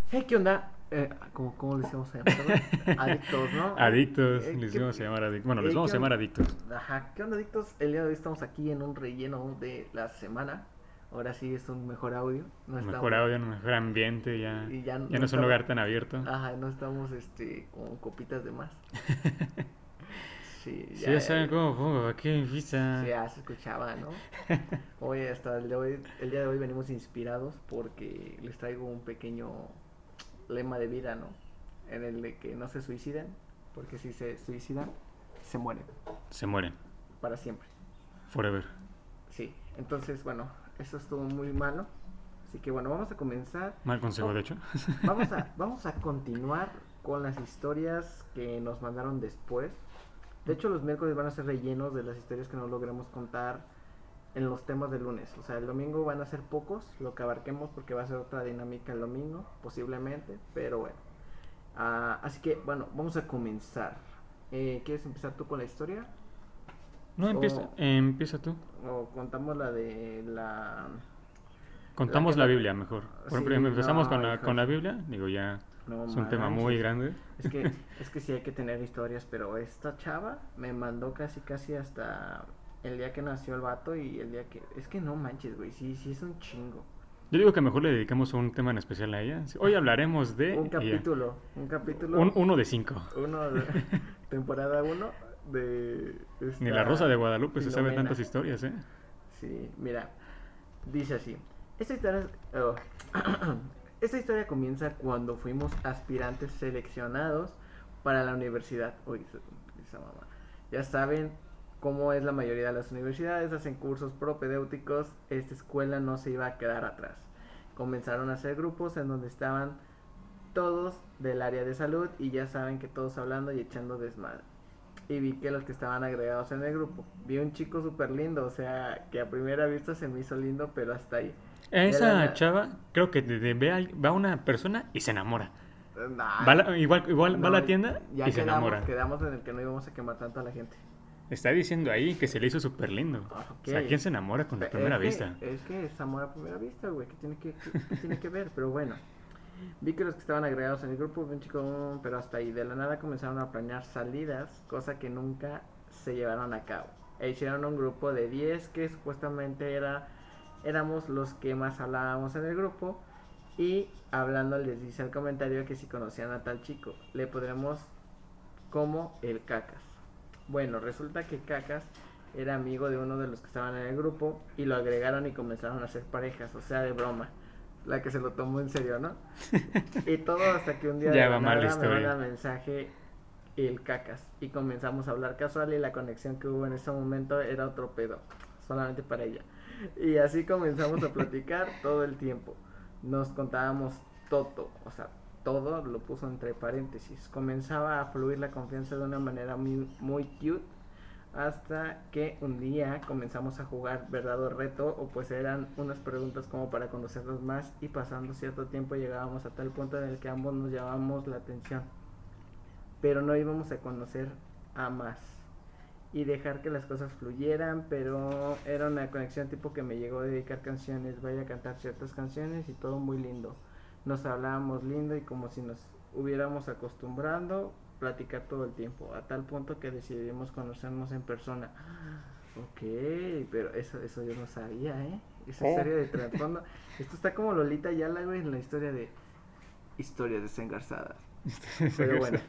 Hey, ¿qué onda? ¿Cómo les íbamos a llamar? ¿Perdón? Adictos, ¿no? Adictos, les ¿Qué, vamos a llamar adictos. Bueno, les ¿qué vamos a onda? llamar adictos. Ajá, ¿qué onda, adictos? El día de hoy estamos aquí en un relleno de la semana. Ahora sí es un mejor audio. No Mejor estamos. audio, un mejor ambiente, Y ya ya no no es un estamos. lugar tan abierto. Ajá, no estamos con copitas de más. Sí, Si ya ya, saben cómo juego, aquí en sí, vista. ya se escuchaba, ¿no? Hoy, el día de hoy venimos inspirados porque les traigo un pequeño lema de vida, ¿no? En el de que no se suiciden, porque si se suicidan, se mueren Se mueren, para siempre. forever. Sí, entonces, bueno, eso estuvo muy malo. Así que bueno, vamos a comenzar. Mal consejo, de hecho. Vamos a continuar con las historias que nos mandaron después. De hecho, los miércoles van a ser rellenos de las historias que no logremos contar en los temas del lunes. O sea, el domingo van a ser pocos, lo que abarquemos, porque va a ser otra dinámica el domingo, posiblemente. Pero bueno, así que, bueno, vamos a comenzar. ¿Quieres empezar tú con la historia? No, ¿O, empieza tú. o contamos la de la que Contamos la no... Biblia mejor. Por ejemplo, Sí, empezamos no, con la hijas, Biblia. Digo, ya no es un tema muy manches. grande. Es que sí hay que tener historias, pero esta chava me mandó casi hasta el día que nació el vato y el día que... Es que no manches, güey, sí es un chingo. Yo digo que mejor le dedicamos un tema en especial a ella. Hoy hablaremos de... y ya. Un capítulo, Uno de cinco. uno de temporada uno de Ni la Rosa de esta Guadalupe se sabe Filomena. tantas historias, ¿eh? Sí, mira, dice así. Esta historia, oh, esta historia comienza cuando fuimos aspirantes seleccionados para la universidad. Uy, esa mamá. Ya saben cómo es la mayoría de las universidades, hacen cursos propedéuticos. Esta escuela no se iba a quedar atrás. Comenzaron a hacer grupos en donde estaban todos del área de salud y ya saben que todos hablando y echando desmadre. Y vi que los que estaban agregados en el grupo, vi un chico súper lindo, o sea, que a primera vista se me hizo lindo, pero hasta ahí. De la Esa nada... chava, creo que ve a una persona y se enamora. Nah, Igual va a no, la tienda y ya se enamora. quedamos en el que no íbamos a quemar tanto a la gente. Está diciendo ahí que se le hizo súper lindo. Ok, O sea, ¿quién se enamora con la primera vista? es que es amor a primera vista, güey, que tiene que ver, pero bueno. Vi que los que estaban agregados en el grupo, un chico, pero hasta ahí, de la nada comenzaron a planear salidas, cosa que nunca se llevaron a cabo. E hicieron un grupo de 10 que supuestamente éramos los que más hablábamos en el grupo. Y hablando les dice el comentario que si conocían a tal chico, le podremos como el Cacas. Bueno, resulta que Cacas era amigo de uno de los que estaban en el grupo y lo agregaron y comenzaron a hacer parejas, o sea, de broma. La que se lo tomó en serio, ¿no? Y todo hasta que un día de Ya la va mal la nada me historia. manda mensaje el Cacas y comenzamos a hablar casual y la conexión que hubo en ese momento era otro pedo, solamente para ella. Y así comenzamos a platicar todo el tiempo. Nos contábamos todo, o sea, todo lo puso entre paréntesis. Comenzaba a fluir la confianza de una manera muy cute hasta que un día comenzamos a jugar verdad o reto, o pues eran unas preguntas como para conocernos más, y pasando cierto tiempo llegábamos a tal punto en el que ambos nos llamábamos la atención, pero no íbamos a conocer a más y dejar que las cosas fluyeran, pero era una conexión tipo que me llegó a dedicar canciones, vaya a cantar ciertas canciones y todo muy lindo. Nos hablábamos lindo y como si nos hubiéramos acostumbrando platicar todo el tiempo, a tal punto que decidimos conocernos en persona. Ok, pero eso yo no sabía, ¿eh? Esa historia de trasfondo. Esto está como Lolita Yala, güey, en la historia de historias desengarzadas. Pero bueno,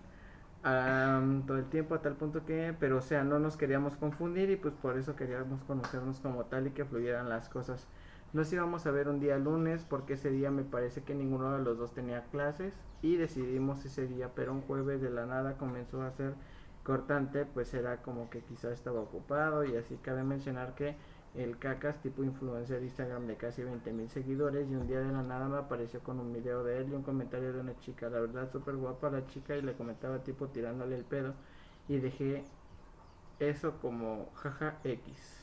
todo el tiempo a tal punto que, pero o sea, no nos queríamos confundir y pues por eso queríamos conocernos como tal y que fluyeran las cosas. Nos íbamos a ver un día lunes porque ese día me parece que ninguno de los dos tenía clases y decidimos ese día, pero un jueves de la nada comenzó a ser cortante, pues era como que quizás estaba ocupado y así. Cabe mencionar que el Cacas, tipo influencer de Instagram de casi 20,000 seguidores, y un día de la nada me apareció con un video de él y un comentario de una chica, la verdad súper guapa la chica, y le comentaba tipo tirándole el pedo, y dejé eso como jaja X.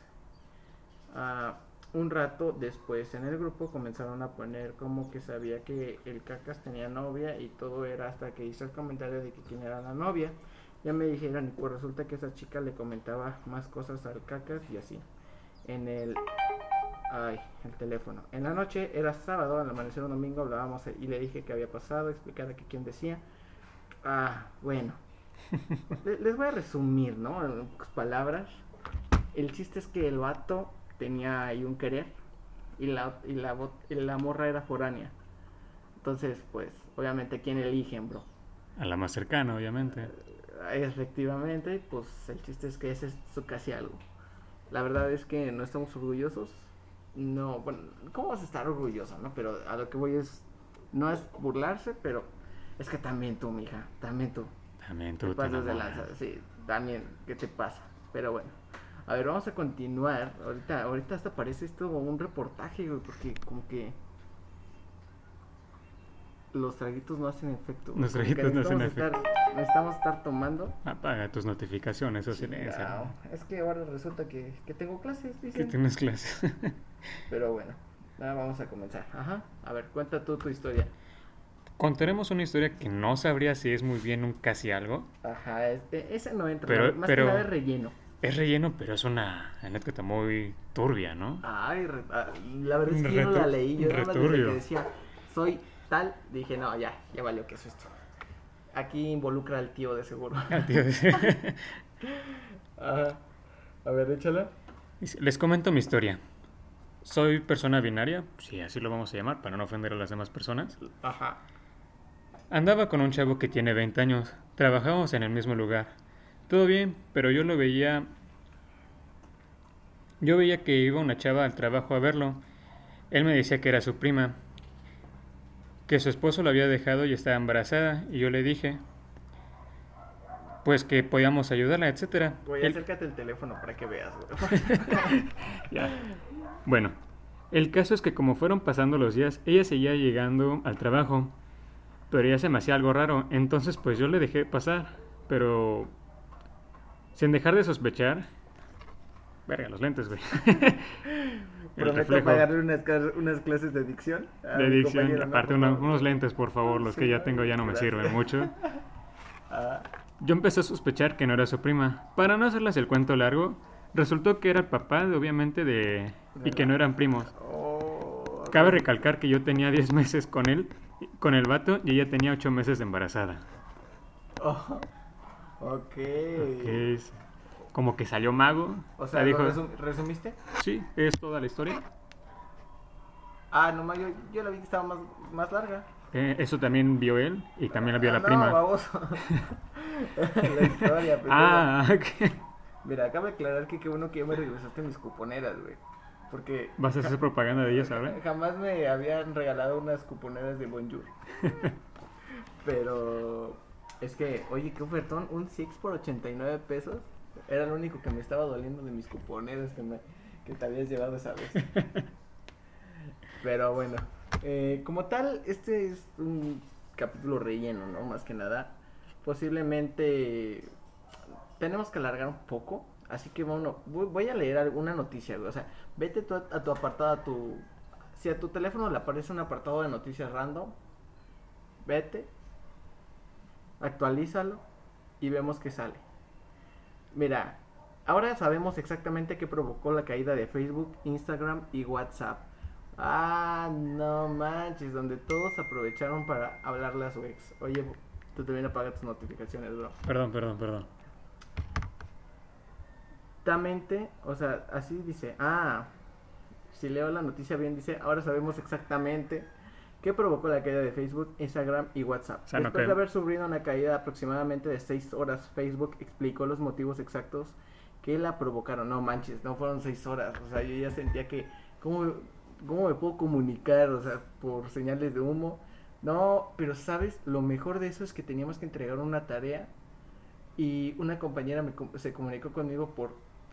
Un rato después en el grupo comenzaron a poner como que sabía que el Cacas tenía novia y todo era hasta que hizo el comentario de que quién era la novia. Ya me dijeron, y pues resulta que esa chica le comentaba más cosas al Cacas y así. En el Ay, el teléfono. En la noche era sábado, al amanecer un domingo hablábamos y le dije qué había pasado, explicar que quién decía. Bueno. Les voy a resumir, ¿no? En pocas palabras. El chiste es que el vato tenía ahí un querer y la morra era foránea. Entonces, pues, obviamente, ¿quién eligen, bro? A la más cercana, obviamente. Efectivamente, pues el chiste es que ese es su casi algo. La verdad es que no estamos orgullosos. No, bueno, ¿cómo vas a estar orgulloso, no? Pero a lo que voy es, no es burlarse, pero es que también tú, mija, también tú. También tú te pasas de lanza, sí, también, ¿qué te pasa? Pero bueno, a ver, vamos a continuar. Ahorita hasta parece esto un reportaje, güey, porque como que los traguitos no hacen efecto. Los traguitos no hacen efecto. Necesitamos estar tomando. Apaga tus notificaciones, o silencia. Es que ahora resulta que tengo clases, dicen. Que tienes clases. Pero bueno, nada, vamos a comenzar. Ajá, a ver, cuenta tú tu historia. Contaremos una historia que no sabría si es muy bien un casi algo. Ajá, ese no entra, más que nada es relleno. Es relleno, pero es una anécdota muy turbia, ¿no? Ay, la verdad es que yo no la leí. Yo nada más desde que decía, soy tal, dije, no, ya valió que es esto. Aquí involucra al tío de seguro. Al tío de seguro. Ajá. A ver, échala. Les comento mi historia. Soy persona binaria, sí, así lo vamos a llamar, para no ofender a las demás personas. Ajá. Andaba con un chavo que tiene 20 años. Trabajábamos en el mismo lugar. Todo bien, pero yo veía que iba una chava al trabajo a verlo. Él me decía que era su prima, que su esposo lo había dejado y estaba embarazada, y yo le dije pues que podíamos ayudarla, etcétera. Acércate el teléfono para que veas. Ya. Bueno, el caso es que como fueron pasando los días, ella seguía llegando al trabajo, pero ya se me hacía algo raro. Entonces pues yo le dejé pasar, pero sin dejar de sospechar. Verga, los lentes, güey. Prometo pagarle unas clases de dicción. De dicción, aparte unos lentes, por favor, los que ya tengo ya no me sirven mucho. Yo empecé a sospechar que no era su prima. Para no hacerles el cuento largo, resultó que era el papá, obviamente, y que no eran primos. Cabe recalcar que yo tenía 10 meses con él, con el vato, y ella tenía 8 meses de embarazada. Ok. Como que salió mago. O sea, ¿lo resumiste? Sí, es toda la historia. No, yo la vi que estaba más larga. Eso también vio él y también la vio la prima. No, baboso. La historia. Ok. Mira, acabo de aclarar que qué bueno que ya me regresaste mis cuponeras, güey. Porque... ¿Vas a hacer propaganda de ellas ahora? Jamás me habían regalado unas cuponeras de Bonjour. Pero... Es que, oye, qué ofertón. Un Six por 89 pesos. Era lo único que me estaba doliendo de mis cuponeras que te habías llevado esa vez. Pero bueno, como tal, este es un capítulo relleno, ¿no? Más que nada. Posiblemente tenemos que alargar un poco. Así que bueno, voy a leer alguna noticia, güey. O sea, vete a tu apartado, si a tu teléfono le aparece un apartado de noticias random, vete, actualízalo y vemos qué sale. Mira, ahora sabemos exactamente qué provocó la caída de Facebook, Instagram y WhatsApp. No manches, donde todos aprovecharon para hablarle a su ex. Oye, tú también apagas tus notificaciones, bro. Perdón. Exactamente, o sea, así dice. Si leo la noticia bien, dice, ahora sabemos exactamente qué provocó la caída de Facebook, Instagram y WhatsApp. O sea, después de haber sufrido una caída aproximadamente de 6 horas, Facebook explicó los motivos exactos que la provocaron. No manches, no fueron 6 horas. O sea, yo ya sentía que, ¿cómo me puedo comunicar? O sea, por señales de humo. No, pero ¿sabes? Lo mejor de eso es que teníamos que entregar una tarea y una compañera se comunicó conmigo por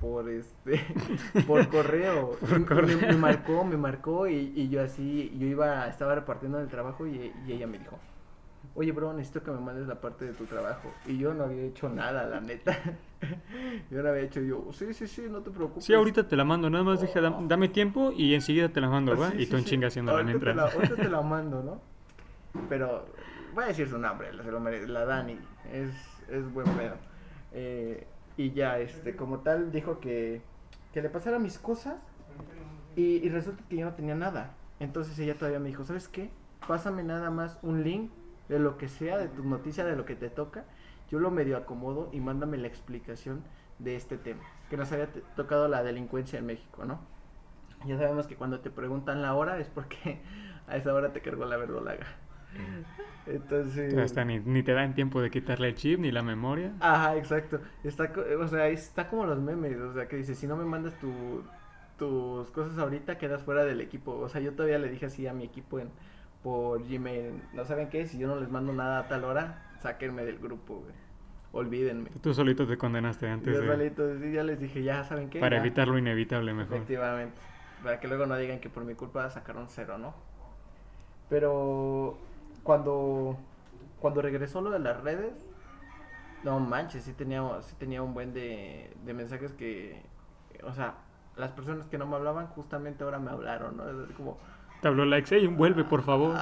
correo. Me marcó y yo así, estaba repartiendo el trabajo y ella me dijo, oye bro, necesito que me mandes la parte de tu trabajo. Y yo no había hecho nada, la neta. Yo no había hecho, sí, no te preocupes. Sí, ahorita te la mando, nada más dije, dame tiempo y enseguida te la mando, ¿va? Y tú en chinga haciéndola mientras. Ahorita te la mando, ¿no? Pero voy a decir su nombre, la Dani, es buen pedo. Y ya, como tal, dijo que le pasara mis cosas Y resulta que yo no tenía nada. Entonces ella todavía me dijo, ¿sabes qué? Pásame nada más un link de lo que sea, de tu noticia, de lo que te toca. Yo lo medio acomodo y mándame la explicación de este tema. Que nos había tocado la delincuencia en México, ¿no? Ya sabemos que cuando te preguntan la hora es porque a esa hora te cargó la verdolaga. Entonces... Hasta ni te dan tiempo de quitarle el chip ni la memoria. Ajá, exacto. O sea, está como los memes. O sea, que dice, si no me mandas tus cosas ahorita, quedas fuera del equipo. O sea, yo todavía le dije así a mi equipo por Gmail. ¿No saben qué? Si yo no les mando nada a tal hora, sáquenme del grupo, güey. Olvídenme. Tú solito te condenaste antes Yo solito, sí, ya les dije, ya, ¿saben qué? Para ya. evitar lo inevitable mejor. Efectivamente. Para que luego no digan que por mi culpa sacaron 0, ¿no? Pero cuando regresó lo de las redes, no manches, sí tenía un buen de mensajes que, o sea, las personas que no me hablaban justamente ahora me hablaron, ¿no? Es como... Te habló la ex, vuelve por favor.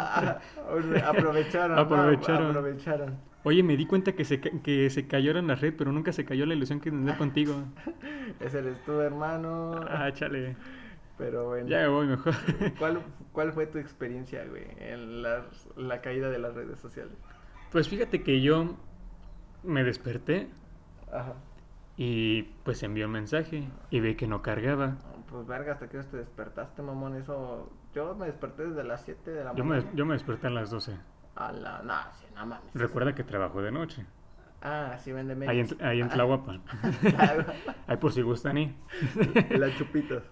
Aprovecharon. Oye, me di cuenta que se cayó en la red, pero nunca se cayó la ilusión que tendré contigo. Ese eres tú, hermano. Chale. Pero bueno. Ya me voy mejor. ¿Cuál fue tu experiencia, güey, en la caída de las redes sociales? Pues fíjate que yo me desperté. Ajá. Y pues envió un mensaje y vi que no cargaba. Pues verga, ¿hasta qué hora te despertaste, mamón? Eso... Yo me desperté desde las 7 de la mañana. Yo me desperté a las 12. No, sí, no mames. Recuerda que trabajo de noche. Sí vende medios. Ahí en Tlahuapan. Ahí por si gustan ir. Las chupitas.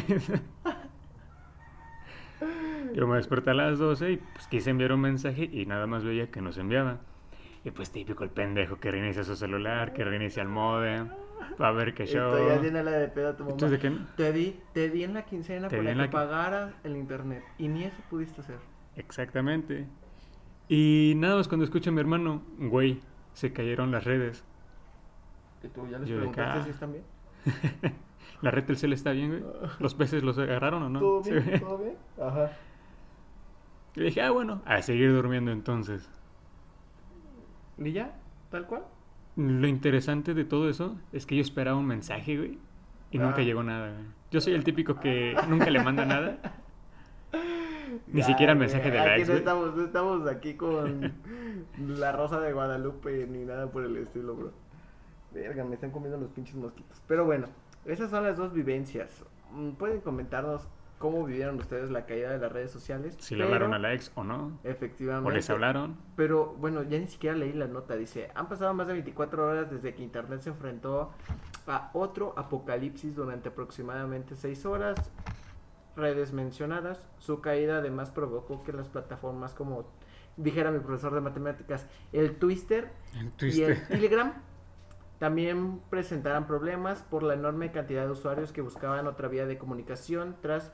Yo me desperté a las 12 y pues quise enviar un mensaje y nada más veía que no se enviaba. Y pues típico el pendejo que reinicia su celular, que reinicia el modem, para ver qué show. Esto ya tiene la de pedo a tu mamá. Entonces, ¿de qué? Te di en la quincena para que pagaras el internet. Y ni eso pudiste hacer. Exactamente. Y nada más cuando escucho a mi hermano, güey, se cayeron las redes. ¿Y tú ya les preguntaste si están bien? ¿La red Telcel está bien, güey? ¿Los peces los agarraron o no? ¿Todo bien? ¿Sí? ¿Todo bien? Ajá. Y dije, bueno, a seguir durmiendo entonces. ¿Y ya? ¿Tal cual? Lo interesante de todo eso es que yo esperaba un mensaje, güey, y nunca llegó nada, güey. Yo soy el típico que nunca le manda nada. Ni siquiera el mensaje de likes, güey. No estamos aquí con la Rosa de Guadalupe ni nada por el estilo, bro. Verga, me están comiendo los pinches mosquitos. Pero bueno, esas son las dos vivencias. Pueden comentarnos cómo vivieron ustedes la caída de las redes sociales. Si le hablaron a la ex o no. Efectivamente. O les hablaron. Pero bueno, ya ni siquiera leí la nota. Dice, han pasado más de 24 horas desde que Internet se enfrentó a otro apocalipsis durante aproximadamente 6 horas. Redes mencionadas. Su caída además provocó que las plataformas como dijera mi profesor de matemáticas, el Twitter y el Telegram también presentaran problemas por la enorme cantidad de usuarios que buscaban otra vía de comunicación tras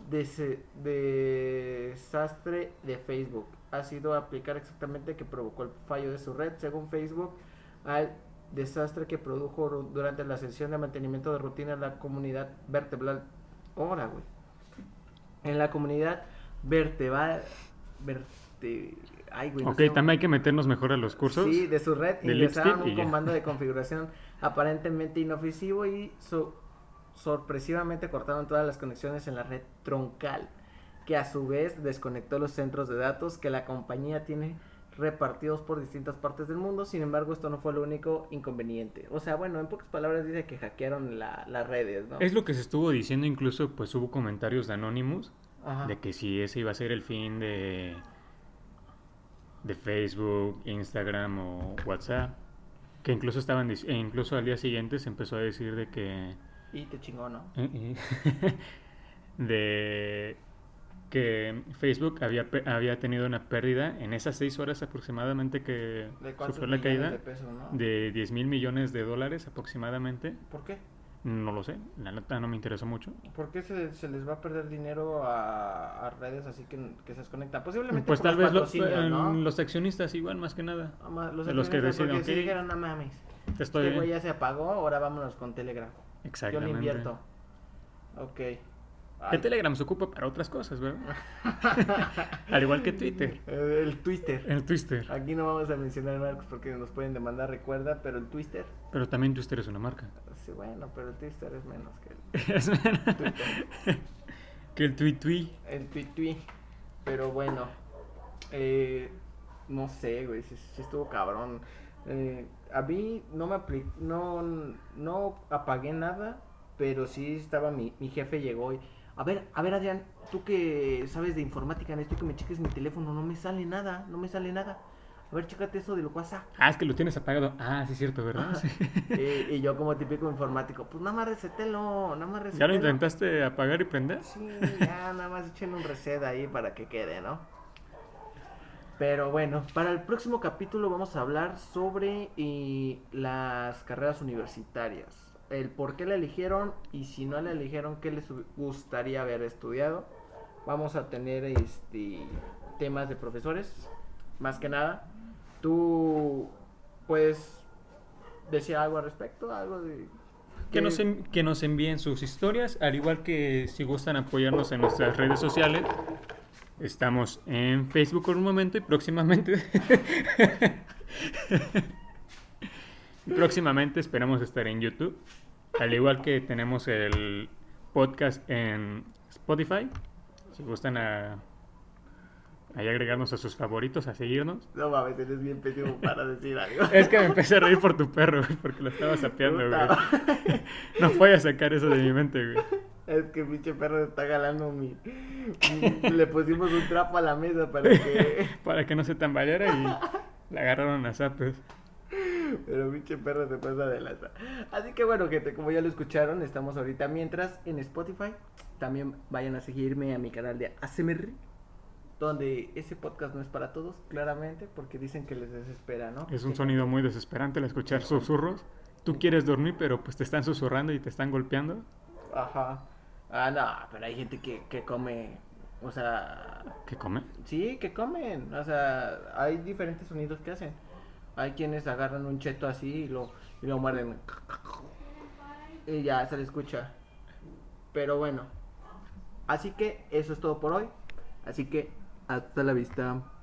desastre de Facebook. Ha sido aplicar exactamente que provocó el fallo de su red, según Facebook, al desastre que produjo durante la sesión de mantenimiento de rutina en la comunidad vertebral. Ahora, güey. En la comunidad vertebral. Ay, güey, ok, también hay que meternos mejor a los cursos. Sí, de su red ingresaron un comando de configuración aparentemente inofensivo y sorpresivamente cortaron todas las conexiones en la red troncal, que a su vez desconectó los centros de datos que la compañía tiene repartidos por distintas partes del mundo. Sin embargo, esto no fue lo único inconveniente. O sea, bueno, en pocas palabras dice que hackearon las redes, ¿no? Es lo que se estuvo diciendo, incluso pues hubo comentarios de Anonymous. Ajá. De que si ese iba a ser el fin de Facebook, Instagram o WhatsApp, que incluso incluso al día siguiente se empezó a decir de que y te chingó, ¿no? De que Facebook había tenido una pérdida en esas 6 horas aproximadamente que sufrió la caída de pesos, ¿no? De $10,000 millones aproximadamente. ¿Por qué? No lo sé, la neta no me interesó mucho. ¿Por qué se les va a perder dinero a redes así que se desconectan? Posiblemente pues tal vez ¿no? Los accionistas igual, más que nada. Los que deciden, porque si dijeron, no mames, este güey ya se apagó, ahora vámonos con Telegram. Exactamente. Yo le invierto. Ok. Que Telegram se ocupa para otras cosas, ¿verdad? Al igual que Twitter. El Twitter. El Twitter. Aquí no vamos a mencionar marcas porque nos pueden demandar, recuerda, pero el Twitter. Pero también Twitter es una marca. Sí, bueno, pero el Twitter es menos que el Es menos. Twitter. Que el tui. El tui. Pero bueno, no sé, güey, sí estuvo cabrón. A mí no apagué nada, pero sí estaba mi jefe llegó y a ver Adrián, tú que sabes de informática, necesito que me cheques mi teléfono, no me sale nada. A ver, chécate eso del WhatsApp. Es que lo tienes apagado. Sí, es cierto, ¿verdad? Sí. Y yo como típico informático, pues nada más resetelo. ¿Ya lo intentaste apagar y prender? Sí, ya nada más echen un reset ahí para que quede, ¿no? Pero bueno, para el próximo capítulo vamos a hablar sobre las carreras universitarias. El por qué la eligieron y si no la eligieron, qué les gustaría haber estudiado. Vamos a tener temas de profesores, más que nada. ¿Tú puedes decir algo al respecto? Algo de... Que nos envíen sus historias, al igual que si gustan apoyarnos en nuestras redes sociales. Estamos en Facebook por un momento y próximamente esperamos estar en YouTube, al igual que tenemos el podcast en Spotify. Si gustan ahí agregarnos a sus favoritos, a seguirnos. No mames, eres bien pésimo para decir algo. Es que me empecé a reír por tu perro, güey, porque lo estaba sapeando, güey. No voy a sacar eso de mi mente, güey. Es que pinche perro está jalando le pusimos un trapo a la mesa para que... para que no se tambaleara y la agarraron a zapes. Pero pinche perro se pasa de lanza. Así que bueno, gente, como ya lo escucharon, estamos ahorita mientras en Spotify. También vayan a seguirme a mi canal de ASMR, donde ese podcast no es para todos, claramente, porque dicen que les desespera, ¿no? Es un sonido muy desesperante al escuchar susurros. Tú quieres dormir, pero pues te están susurrando y te están golpeando. Ajá. No, pero hay gente que come, o sea... ¿Qué come? Sí, que comen, o sea, hay diferentes sonidos que hacen. Hay quienes agarran un cheto así y lo muerden. Y ya se le escucha. Pero bueno, así que eso es todo por hoy. Así que hasta la vista.